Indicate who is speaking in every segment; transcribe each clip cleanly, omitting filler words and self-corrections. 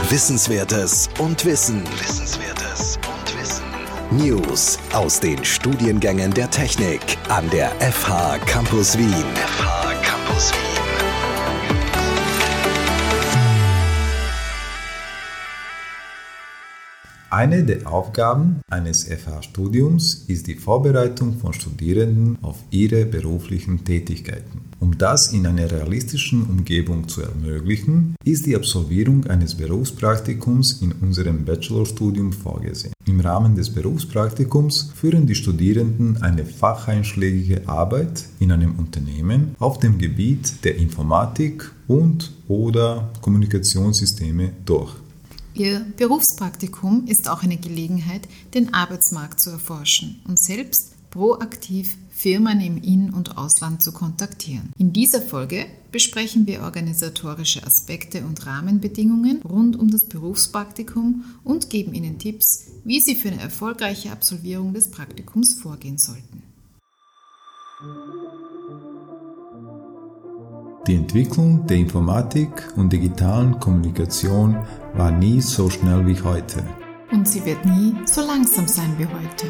Speaker 1: Wissenswertes und Wissen. News aus den Studiengängen der Technik an der FH Campus Wien.
Speaker 2: Eine der Aufgaben eines FH-Studiums ist die Vorbereitung von Studierenden auf ihre beruflichen Tätigkeiten. Um das in einer realistischen Umgebung zu ermöglichen, ist die Absolvierung eines Berufspraktikums in unserem Bachelorstudium vorgesehen. Im Rahmen des Berufspraktikums führen die Studierenden eine facheinschlägige Arbeit in einem Unternehmen auf dem Gebiet der Informatik und/oder Kommunikationssysteme durch.
Speaker 3: Ihr Berufspraktikum ist auch eine Gelegenheit, den Arbeitsmarkt zu erforschen und selbst proaktiv Firmen im In- und Ausland zu kontaktieren. In dieser Folge besprechen wir organisatorische Aspekte und Rahmenbedingungen rund um das Berufspraktikum und geben Ihnen Tipps, wie Sie für eine erfolgreiche Absolvierung des Praktikums vorgehen sollten.
Speaker 2: Die Entwicklung der Informatik und digitalen Kommunikation war nie so schnell wie heute.
Speaker 3: Und sie wird nie so langsam sein wie heute.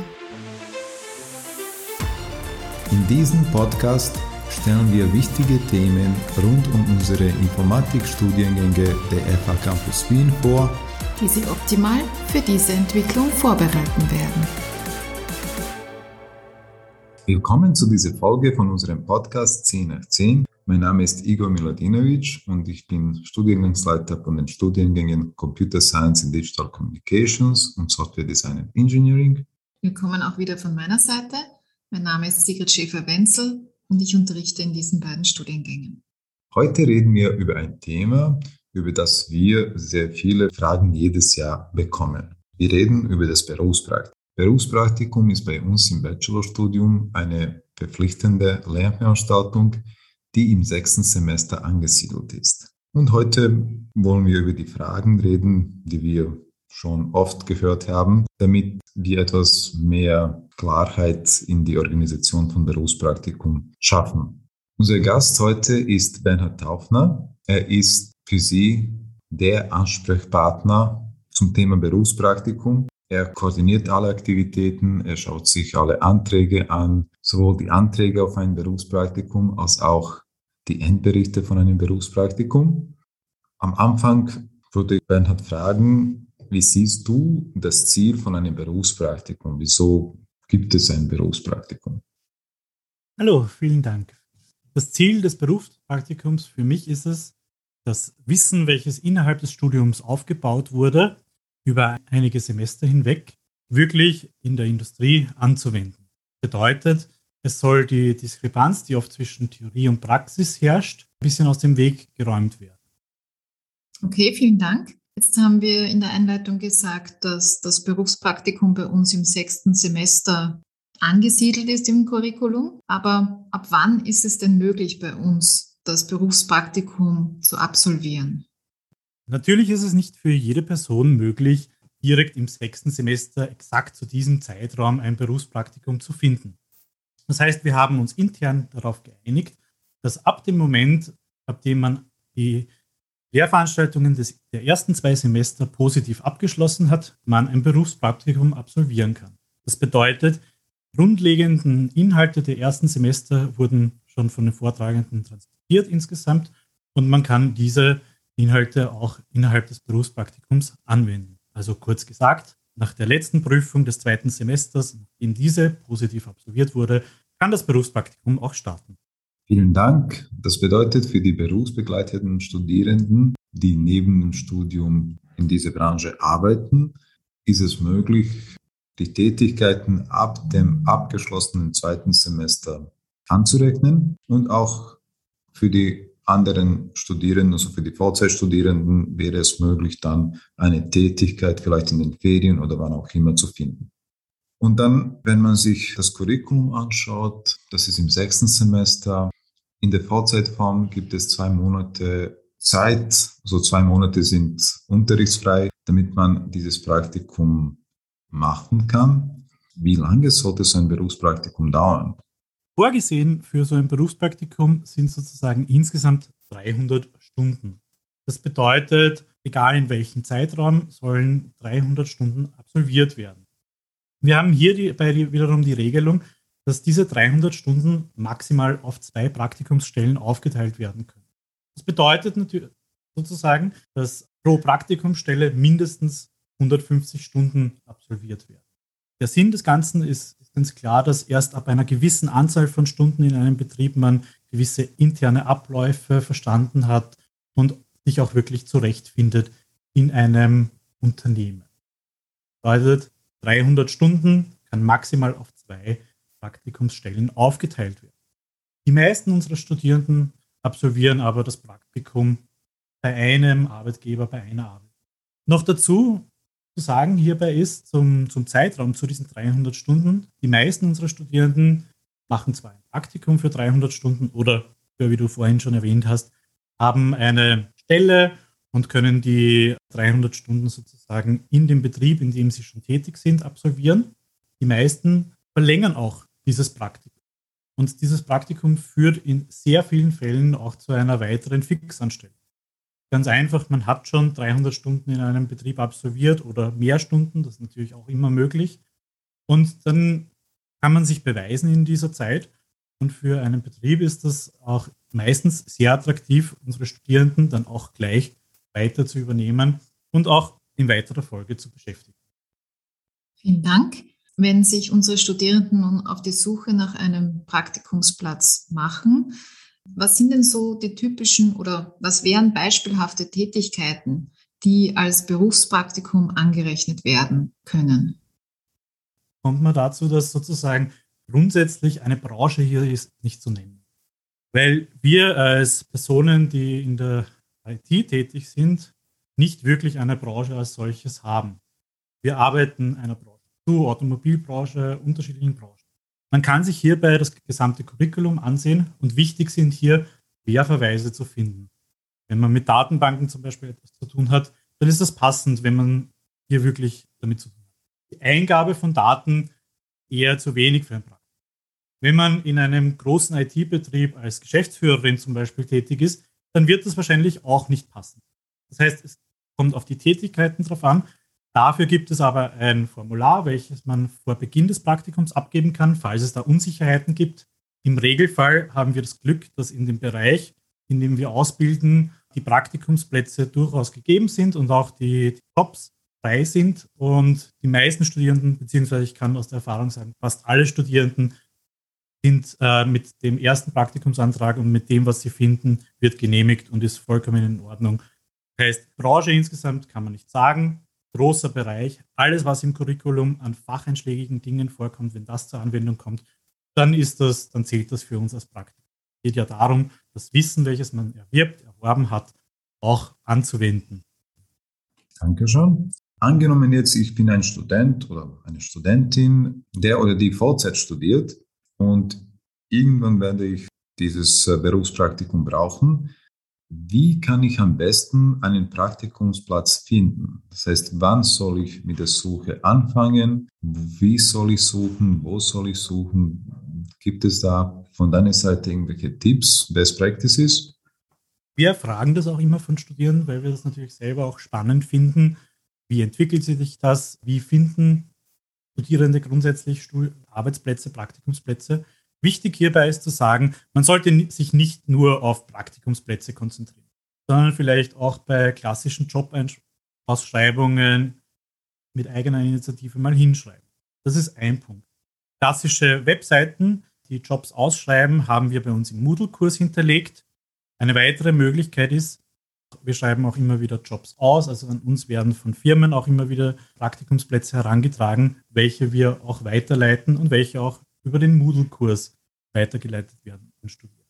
Speaker 2: In diesem Podcast stellen wir wichtige Themen rund um unsere Informatikstudiengänge der FH Campus Wien vor,
Speaker 3: die Sie optimal für diese Entwicklung vorbereiten werden.
Speaker 2: Willkommen zu dieser Folge von unserem Podcast 10 nach 10. Mein Name ist Igor Miladinovic und ich bin Studiengangsleiter von den Studiengängen Computer Science and Digital Communications und Software Design and Engineering.
Speaker 3: Willkommen auch wieder von meiner Seite. Mein Name ist Sigrid Schäfer-Wenzel und ich unterrichte in diesen beiden Studiengängen.
Speaker 2: Heute reden wir über ein Thema, über das wir sehr viele Fragen jedes Jahr bekommen. Wir reden über das Berufspraktikum. Berufspraktikum ist bei uns im Bachelorstudium eine verpflichtende Lehrveranstaltung, die im 6. Semester angesiedelt ist. Und heute wollen wir über die Fragen reden, die wir schon oft gehört haben, damit wir etwas mehr Klarheit in die Organisation von Berufspraktikum schaffen. Unser Gast heute ist Bernhard Taufner. Er ist für Sie der Ansprechpartner zum Thema Berufspraktikum. Er koordiniert alle Aktivitäten, er schaut sich alle Anträge an, sowohl die Anträge auf ein Berufspraktikum als auch die Endberichte von einem Berufspraktikum. Am Anfang würde ich Bernhard fragen, wie siehst du das Ziel von einem Berufspraktikum? Wieso gibt es ein Berufspraktikum?
Speaker 4: Hallo, vielen Dank. Das Ziel des Berufspraktikums für mich ist es, das Wissen, welches innerhalb des Studiums aufgebaut wurde, über einige Semester hinweg wirklich in der Industrie anzuwenden. Bedeutet, es soll die Diskrepanz, die oft zwischen Theorie und Praxis herrscht, ein bisschen aus dem Weg geräumt werden.
Speaker 3: Okay, vielen Dank. Jetzt haben wir in der Einleitung gesagt, dass das Berufspraktikum bei uns im 6. Semester angesiedelt ist im Curriculum. Aber ab wann ist es denn möglich bei uns, das Berufspraktikum zu absolvieren?
Speaker 4: Natürlich ist es nicht für jede Person möglich, direkt im 6. Semester exakt zu diesem Zeitraum ein Berufspraktikum zu finden. Das heißt, wir haben uns intern darauf geeinigt, dass ab dem Moment, ab dem man die Lehrveranstaltungen der ersten 2 Semester positiv abgeschlossen hat, man ein Berufspraktikum absolvieren kann. Das bedeutet, die grundlegenden Inhalte der ersten Semester wurden schon von den Vortragenden transkribiert insgesamt und man kann diese Inhalte auch innerhalb des Berufspraktikums anwenden. Also kurz gesagt, nach der letzten Prüfung des 2. Semesters, nachdem diese positiv absolviert wurde, kann das Berufspraktikum auch starten.
Speaker 2: Vielen Dank. Das bedeutet für die berufsbegleiteten Studierenden, die neben dem Studium in dieser Branche arbeiten, ist es möglich, die Tätigkeiten ab dem abgeschlossenen 2. Semester anzurechnen und auch für die anderen Studierenden, also für die Vollzeitstudierenden, wäre es möglich, dann eine Tätigkeit vielleicht in den Ferien oder wann auch immer zu finden. Und dann, wenn man sich das Curriculum anschaut, das ist im 6. Semester. In der Vollzeitform gibt es 2 Monate Zeit, also 2 Monate sind unterrichtsfrei, damit man dieses Praktikum machen kann. Wie lange sollte so ein Berufspraktikum dauern?
Speaker 4: Vorgesehen für so ein Berufspraktikum sind sozusagen insgesamt 300 Stunden. Das bedeutet, egal in welchem Zeitraum, sollen 300 Stunden absolviert werden. Wir haben hier wiederum die Regelung, dass diese 300 Stunden maximal auf 2 Praktikumsstellen aufgeteilt werden können. Das bedeutet natürlich sozusagen, dass pro Praktikumsstelle mindestens 150 Stunden absolviert werden. Der Sinn des Ganzen ist ganz klar, dass erst ab einer gewissen Anzahl von Stunden in einem Betrieb man gewisse interne Abläufe verstanden hat und sich auch wirklich zurechtfindet in einem Unternehmen. Das bedeutet, 300 Stunden kann maximal auf 2 Praktikumsstellen aufgeteilt werden. Die meisten unserer Studierenden absolvieren aber das Praktikum bei einem Arbeitgeber, bei einer Arbeit. Noch dazu zu sagen hierbei ist, zum Zeitraum, zu diesen 300 Stunden, die meisten unserer Studierenden machen zwar ein Praktikum für 300 Stunden oder, wie du vorhin schon erwähnt hast, haben eine Stelle und können die 300 Stunden sozusagen in dem Betrieb, in dem sie schon tätig sind, absolvieren. Die meisten verlängern auch dieses Praktikum. Und dieses Praktikum führt in sehr vielen Fällen auch zu einer weiteren Fixanstellung. Ganz einfach, man hat schon 300 Stunden in einem Betrieb absolviert oder mehr Stunden, das ist natürlich auch immer möglich. Und dann kann man sich beweisen in dieser Zeit. Und für einen Betrieb ist das auch meistens sehr attraktiv, unsere Studierenden dann auch gleich weiter zu übernehmen und auch in weiterer Folge zu beschäftigen.
Speaker 3: Vielen Dank. Wenn sich unsere Studierenden nun auf die Suche nach einem Praktikumsplatz machen, was sind denn so die typischen oder was wären beispielhafte Tätigkeiten, die als Berufspraktikum angerechnet werden können?
Speaker 4: Kommt man dazu, dass sozusagen grundsätzlich eine Branche hier ist, nicht zu nennen. Weil wir als Personen, die in der IT tätig sind, nicht wirklich eine Branche als solches haben. Wir arbeiten einer Branche zu, Automobilbranche, unterschiedlichen Branchen. Man kann sich hierbei das gesamte Curriculum ansehen und wichtig sind hier Querverweise zu finden. Wenn man mit Datenbanken zum Beispiel etwas zu tun hat, dann ist das passend, wenn man hier wirklich damit zu tun hat. Die Eingabe von Daten eher zu wenig für ein Praktikum. Wenn man in einem großen IT-Betrieb als Geschäftsführerin zum Beispiel tätig ist, dann wird das wahrscheinlich auch nicht passen. Das heißt, es kommt auf die Tätigkeiten drauf an. Dafür gibt es aber ein Formular, welches man vor Beginn des Praktikums abgeben kann, falls es da Unsicherheiten gibt. Im Regelfall haben wir das Glück, dass in dem Bereich, in dem wir ausbilden, die Praktikumsplätze durchaus gegeben sind und auch die Jobs frei sind. Und die meisten Studierenden, beziehungsweise ich kann aus der Erfahrung sagen, fast alle Studierenden sind mit dem ersten Praktikumsantrag und mit dem, was sie finden, wird genehmigt und ist vollkommen in Ordnung. Das heißt, Branche insgesamt kann man nicht sagen. Großer Bereich, alles, was im Curriculum an facheinschlägigen Dingen vorkommt, wenn das zur Anwendung kommt, dann zählt das für uns als Praktikum. Es geht ja darum, das Wissen, welches man erworben hat, auch anzuwenden.
Speaker 2: Dankeschön. Angenommen jetzt, ich bin ein Student oder eine Studentin, der oder die Vollzeit studiert und irgendwann werde ich dieses Berufspraktikum brauchen. Wie kann ich am besten einen Praktikumsplatz finden? Das heißt, wann soll ich mit der Suche anfangen? Wie soll ich suchen? Wo soll ich suchen? Gibt es da von deiner Seite irgendwelche Tipps, Best Practices?
Speaker 4: Wir fragen das auch immer von Studierenden, weil wir das natürlich selber auch spannend finden. Wie entwickelt sich das? Wie finden Studierende grundsätzlich Arbeitsplätze, Praktikumsplätze? Wichtig hierbei ist zu sagen, man sollte sich nicht nur auf Praktikumsplätze konzentrieren, sondern vielleicht auch bei klassischen Jobausschreibungen mit eigener Initiative mal hinschreiben. Das ist ein Punkt. Klassische Webseiten, die Jobs ausschreiben, haben wir bei uns im Moodle-Kurs hinterlegt. Eine weitere Möglichkeit ist, wir schreiben auch immer wieder Jobs aus, also an uns werden von Firmen auch immer wieder Praktikumsplätze herangetragen, welche wir auch weiterleiten und welche auch über den Moodle-Kurs weitergeleitet werden an Studierende.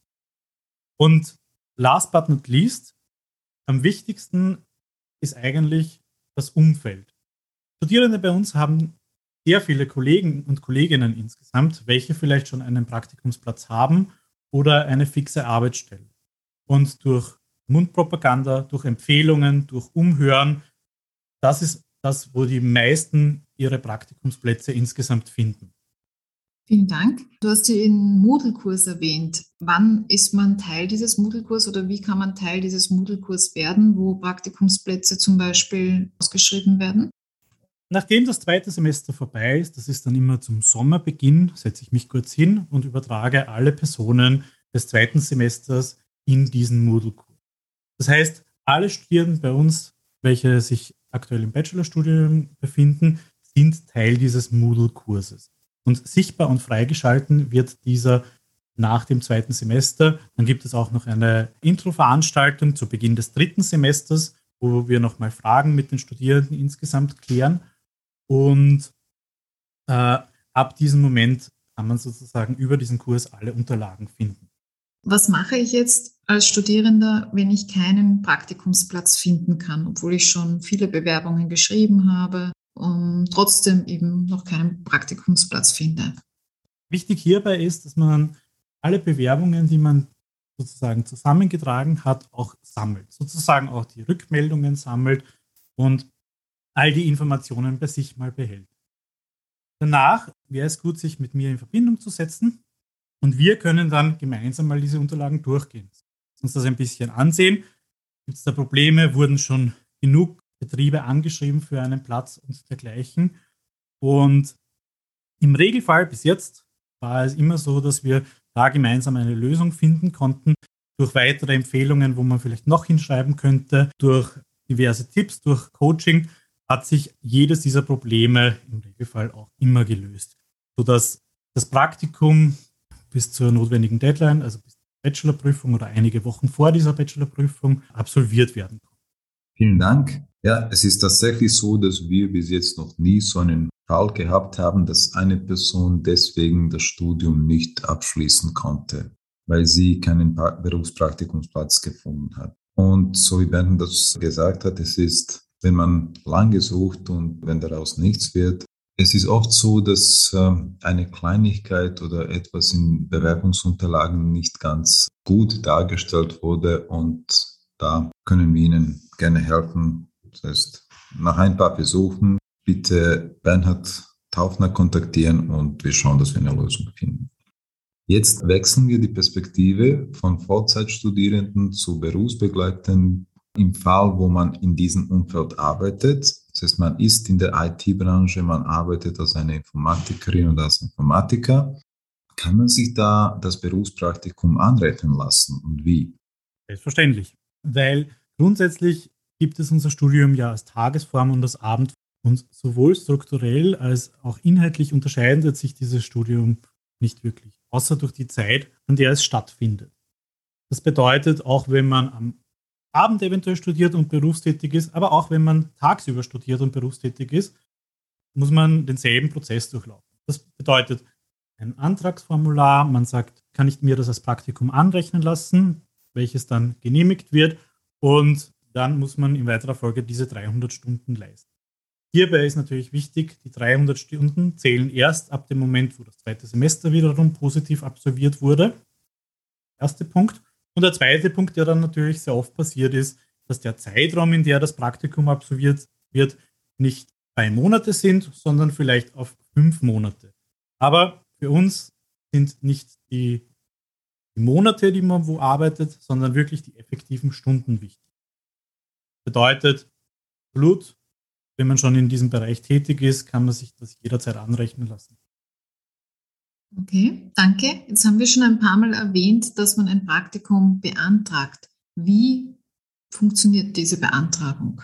Speaker 4: Und last but not least, am wichtigsten ist eigentlich das Umfeld. Studierende bei uns haben sehr viele Kollegen und Kolleginnen insgesamt, welche vielleicht schon einen Praktikumsplatz haben oder eine fixe Arbeitsstelle. Und durch Mundpropaganda, durch Empfehlungen, durch Umhören, das ist das, wo die meisten ihre Praktikumsplätze insgesamt finden.
Speaker 3: Vielen Dank. Du hast den Moodle-Kurs erwähnt. Wann ist man Teil dieses Moodle-Kurs oder wie kann man Teil dieses Moodle-Kurs werden, wo Praktikumsplätze zum Beispiel ausgeschrieben werden?
Speaker 4: Nachdem das zweite Semester vorbei ist, das ist dann immer zum Sommerbeginn, setze ich mich kurz hin und übertrage alle Personen des zweiten Semesters in diesen Moodle-Kurs. Das heißt, alle Studierenden bei uns, welche sich aktuell im Bachelorstudium befinden, sind Teil dieses Moodle-Kurses. Und sichtbar und freigeschalten wird dieser nach dem zweiten Semester. Dann gibt es auch noch eine Intro-Veranstaltung zu Beginn des dritten Semesters, wo wir nochmal Fragen mit den Studierenden insgesamt klären. Und ab diesem Moment kann man sozusagen über diesen Kurs alle Unterlagen finden.
Speaker 3: Was mache ich jetzt als Studierender, wenn ich keinen Praktikumsplatz finden kann, obwohl ich schon viele Bewerbungen geschrieben habe und trotzdem eben noch keinen Praktikumsplatz finde?
Speaker 4: Wichtig hierbei ist, dass man alle Bewerbungen, die man sozusagen zusammengetragen hat, auch sammelt. Sozusagen auch die Rückmeldungen sammelt und all die Informationen bei sich mal behält. Danach wäre es gut, sich mit mir in Verbindung zu setzen und wir können dann gemeinsam mal diese Unterlagen durchgehen. Uns das ein bisschen ansehen. Gibt es da Probleme? Wurden schon genug Betriebe angeschrieben für einen Platz und dergleichen? Und im Regelfall bis jetzt war es immer so, dass wir da gemeinsam eine Lösung finden konnten, durch weitere Empfehlungen, wo man vielleicht noch hinschreiben könnte, durch diverse Tipps, durch Coaching, hat sich jedes dieser Probleme im Regelfall auch immer gelöst, sodass das Praktikum bis zur notwendigen Deadline, also bis zur Bachelorprüfung oder einige Wochen vor dieser Bachelorprüfung, absolviert werden kann.
Speaker 2: Vielen Dank. Ja, es ist tatsächlich so, dass wir bis jetzt noch nie so einen Fall gehabt haben, dass eine Person deswegen das Studium nicht abschließen konnte, weil sie keinen Berufspraktikumsplatz gefunden hat. Und so wie Bernd das gesagt hat, es ist, wenn man lange sucht und wenn daraus nichts wird, es ist oft so, dass eine Kleinigkeit oder etwas in Bewerbungsunterlagen nicht ganz gut dargestellt wurde und da können wir Ihnen gerne helfen. Das heißt, nach ein paar Versuchen bitte Bernhard Taufner kontaktieren und wir schauen, dass wir eine Lösung finden. Jetzt wechseln wir die Perspektive von Vollzeitstudierenden zu Berufsbegleitenden im Fall, wo man in diesem Umfeld arbeitet. Das heißt, man ist in der IT-Branche, man arbeitet als eine Informatikerin oder als Informatiker. Kann man sich da das Berufspraktikum anrechnen lassen und wie?
Speaker 4: Selbstverständlich, weil grundsätzlich gibt es unser Studium ja als Tagesform und als Abendform. Und sowohl strukturell als auch inhaltlich unterscheidet sich dieses Studium nicht wirklich, außer durch die Zeit, an der es stattfindet. Das bedeutet, auch wenn man am Abend eventuell studiert und berufstätig ist, aber auch wenn man tagsüber studiert und berufstätig ist, muss man denselben Prozess durchlaufen. Das bedeutet ein Antragsformular, man sagt, kann ich mir das als Praktikum anrechnen lassen, welches dann genehmigt wird und dann muss man in weiterer Folge diese 300 Stunden leisten. Hierbei ist natürlich wichtig, die 300 Stunden zählen erst ab dem Moment, wo das zweite Semester wiederum positiv absolviert wurde. Erster Punkt. Und der zweite Punkt, der dann natürlich sehr oft passiert ist, dass der Zeitraum, in der das Praktikum absolviert wird, nicht 3 Monate sind, sondern vielleicht auf 5 Monate. Aber für uns sind nicht die Monate, die man wo arbeitet, sondern wirklich die effektiven Stunden wichtig. Bedeutet, Blut, wenn man schon in diesem Bereich tätig ist, kann man sich das jederzeit anrechnen lassen.
Speaker 3: Okay, danke. Jetzt haben wir schon ein paar Mal erwähnt, dass man ein Praktikum beantragt. Wie funktioniert diese Beantragung?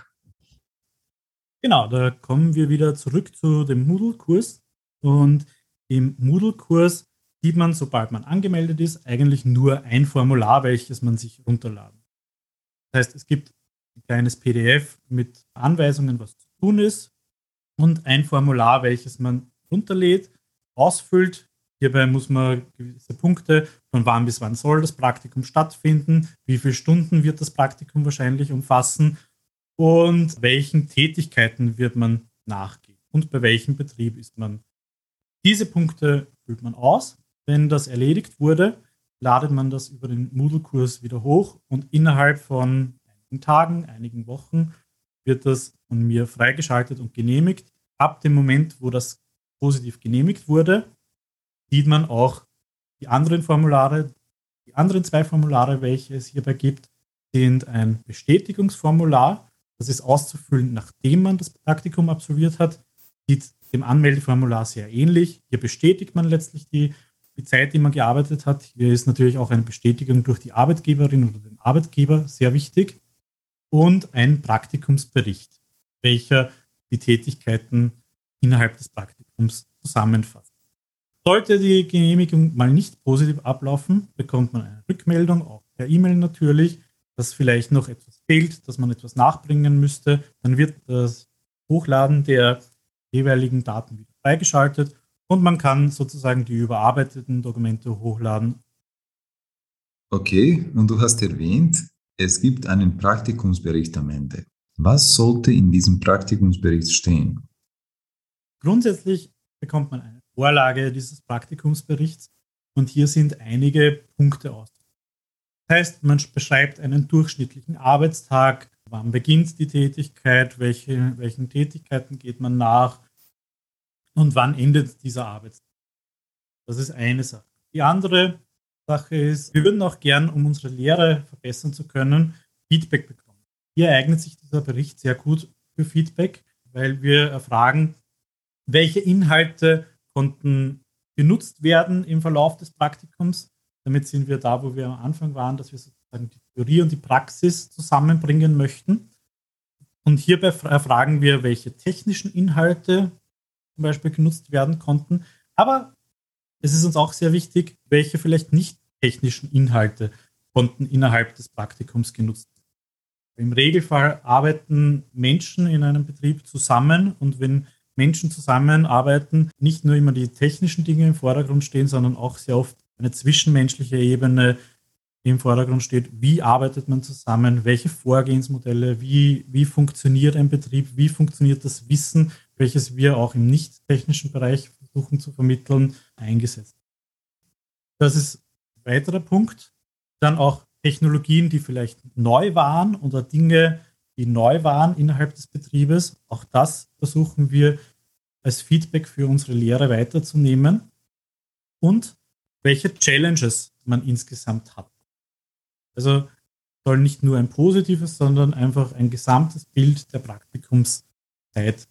Speaker 4: Genau, da kommen wir wieder zurück zu dem Moodle-Kurs. Und im Moodle-Kurs sieht man, sobald man angemeldet ist, eigentlich nur ein Formular, welches man sich runterladen. Das heißt, es gibt ein kleines PDF mit Anweisungen, was zu tun ist und ein Formular, welches man runterlädt, ausfüllt. Hierbei muss man gewisse Punkte, von wann bis wann soll das Praktikum stattfinden, wie viele Stunden wird das Praktikum wahrscheinlich umfassen und welchen Tätigkeiten wird man nachgehen und bei welchem Betrieb ist man. Diese Punkte füllt man aus. Wenn das erledigt wurde, ladet man das über den Moodle-Kurs wieder hoch und innerhalb von einigen Tagen, einigen Wochen wird das von mir freigeschaltet und genehmigt. Ab dem Moment, wo das positiv genehmigt wurde, sieht man auch die anderen Formulare. Die anderen 2 Formulare, welche es hierbei gibt, sind ein Bestätigungsformular. Das ist auszufüllen, nachdem man das Praktikum absolviert hat. Sieht dem Anmeldeformular sehr ähnlich. Hier bestätigt man letztlich die Zeit, die man gearbeitet hat. Hier ist natürlich auch eine Bestätigung durch die Arbeitgeberin oder den Arbeitgeber sehr wichtig. Und ein Praktikumsbericht, welcher die Tätigkeiten innerhalb des Praktikums zusammenfasst. Sollte die Genehmigung mal nicht positiv ablaufen, bekommt man eine Rückmeldung, auch per E-Mail natürlich, dass vielleicht noch etwas fehlt, dass man etwas nachbringen müsste. Dann wird das Hochladen der jeweiligen Daten wieder freigeschaltet und man kann sozusagen die überarbeiteten Dokumente hochladen.
Speaker 2: Okay, und du hast erwähnt, es gibt einen Praktikumsbericht am Ende. Was sollte in diesem Praktikumsbericht stehen?
Speaker 4: Grundsätzlich bekommt man eine Vorlage dieses Praktikumsberichts und hier sind einige Punkte aus. Das heißt, man beschreibt einen durchschnittlichen Arbeitstag, wann beginnt die Tätigkeit, welchen Tätigkeiten geht man nach und wann endet dieser Arbeitstag. Das ist eine Sache. Die andere Sache ist, wir würden auch gern, um unsere Lehre verbessern zu können, Feedback bekommen. Hier eignet sich dieser Bericht sehr gut für Feedback, weil wir erfragen, welche Inhalte konnten genutzt werden im Verlauf des Praktikums. Damit sind wir da, wo wir am Anfang waren, dass wir sozusagen die Theorie und die Praxis zusammenbringen möchten. Und hierbei erfragen wir, welche technischen Inhalte zum Beispiel genutzt werden konnten. Aber es ist uns auch sehr wichtig, welche vielleicht nicht technischen Inhalte konnten innerhalb des Praktikums genutzt werden. Im Regelfall arbeiten Menschen in einem Betrieb zusammen und wenn Menschen zusammenarbeiten, nicht nur immer die technischen Dinge im Vordergrund stehen, sondern auch sehr oft eine zwischenmenschliche Ebene im Vordergrund steht. Wie arbeitet man zusammen? Welche Vorgehensmodelle? Wie funktioniert ein Betrieb? Wie funktioniert das Wissen, welches wir auch im nicht-technischen Bereich versuchen zu vermitteln, eingesetzt? Das ist ein weiterer Punkt. Dann auch Technologien, die vielleicht neu waren oder Dinge, die neu waren innerhalb des Betriebes. Auch das versuchen wir als Feedback für unsere Lehre weiterzunehmen. Und welche Challenges man insgesamt hat. Also soll nicht nur ein positives, sondern einfach ein gesamtes Bild der Praktikumszeit.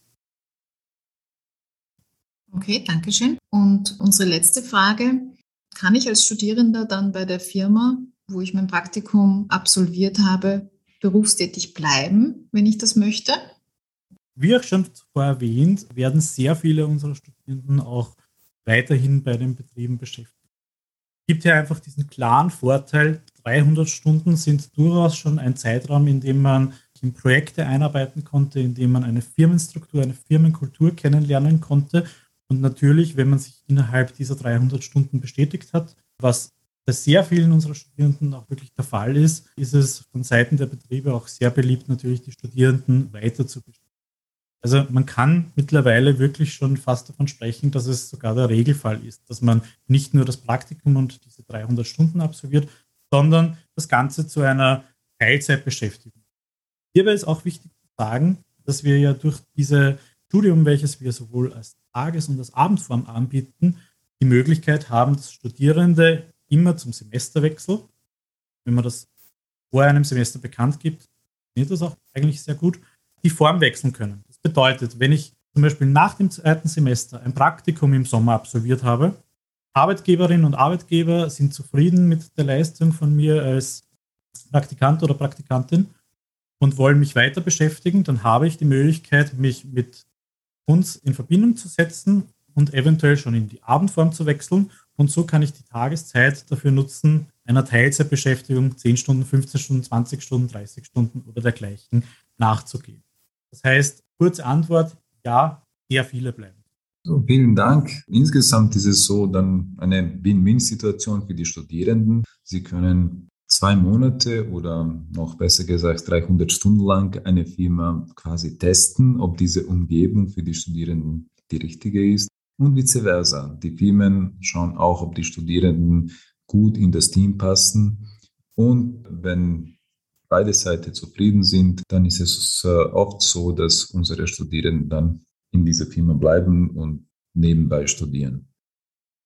Speaker 3: Okay, danke schön. Und unsere letzte Frage, kann ich als Studierender dann bei der Firma, wo ich mein Praktikum absolviert habe, berufstätig bleiben, wenn ich das möchte?
Speaker 4: Wie auch schon zuvor erwähnt, werden sehr viele unserer Studierenden auch weiterhin bei den Betrieben beschäftigt. Es gibt hier einfach diesen klaren Vorteil, 300 Stunden sind durchaus schon ein Zeitraum, in dem man in Projekte einarbeiten konnte, in dem man eine Firmenstruktur, eine Firmenkultur kennenlernen konnte. Und natürlich, wenn man sich innerhalb dieser 300 Stunden bestätigt hat, was bei sehr vielen unserer Studierenden auch wirklich der Fall ist, ist es von Seiten der Betriebe auch sehr beliebt, natürlich die Studierenden weiter zu beschäftigen. Also man kann mittlerweile wirklich schon fast davon sprechen, dass es sogar der Regelfall ist, dass man nicht nur das Praktikum und diese 300 Stunden absolviert, sondern das Ganze zu einer Teilzeitbeschäftigung. Hierbei ist auch wichtig zu sagen, dass wir ja durch dieses Studium, welches wir sowohl als Tages- und als Abendform anbieten, die Möglichkeit haben, dass Studierende immer zum Semesterwechsel, wenn man das vor einem Semester bekannt gibt, funktioniert das auch eigentlich sehr gut, die Form wechseln können. Das bedeutet, wenn ich zum Beispiel nach dem 2. Semester ein Praktikum im Sommer absolviert habe, Arbeitgeberinnen und Arbeitgeber sind zufrieden mit der Leistung von mir als Praktikant oder Praktikantin und wollen mich weiter beschäftigen, dann habe ich die Möglichkeit, mich mit uns in Verbindung zu setzen und eventuell schon in die Abendform zu wechseln. Und so kann ich die Tageszeit dafür nutzen, einer Teilzeitbeschäftigung 10 Stunden, 15 Stunden, 20 Stunden, 30 Stunden oder dergleichen nachzugehen. Das heißt, kurze Antwort, ja, sehr viele bleiben.
Speaker 2: So, vielen Dank. Insgesamt ist es so dann eine Win-Win-Situation für die Studierenden. Sie können 2 Monate oder noch besser gesagt 300 Stunden lang eine Firma quasi testen, ob diese Umgebung für die Studierenden die richtige ist und vice versa. Die Firmen schauen auch, ob die Studierenden gut in das Team passen und wenn beide Seiten zufrieden sind, dann ist es oft so, dass unsere Studierenden dann in dieser Firma bleiben und nebenbei studieren.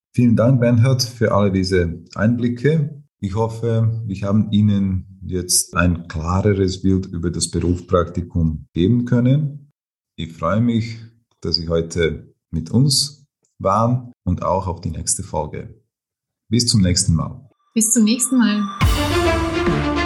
Speaker 2: Vielen Dank, Bernhard, für alle diese Einblicke. Ich hoffe, wir haben Ihnen jetzt ein klareres Bild über das Berufspraktikum geben können. Ich freue mich, dass Sie heute mit uns waren und auch auf die nächste Folge. Bis zum nächsten Mal.
Speaker 3: Bis zum nächsten Mal.